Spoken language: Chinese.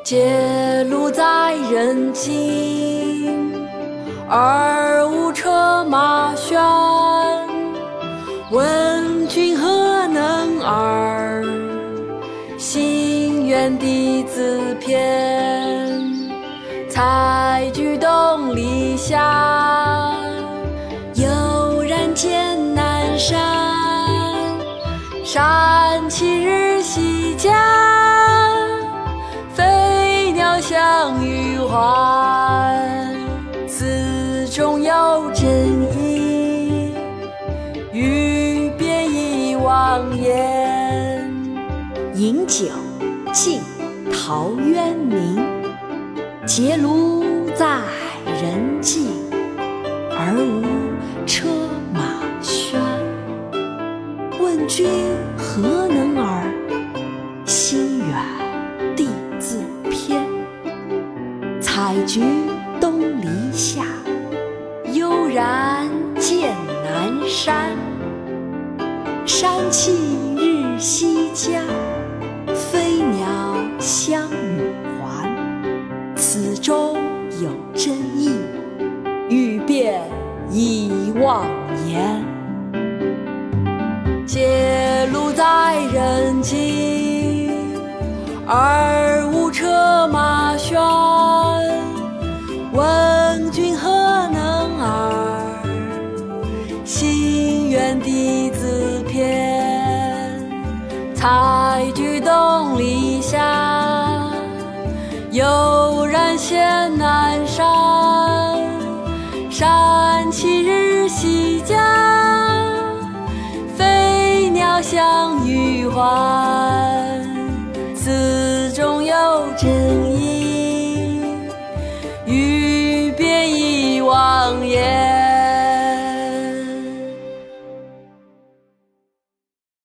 结庐在人境，而无车马喧。问君何能尔？心远地自偏。采菊东篱下，悠然见南山。山气日夕佳，飞鸟相与还。词中有真意，语别亦忘言。 饮酒，晋，陶渊明。结庐在人境，而无车马喧。问君何能尔？心远地自偏。采菊东篱下，悠然见南山。山气日夕佳，飞鸟相与还。词中有真意，语别已忘言。 结庐在人境，而无车马喧。问君何能尔？心远地自偏。采菊东篱下，悠然见南山。山气日夕佳，飞鸟相与还。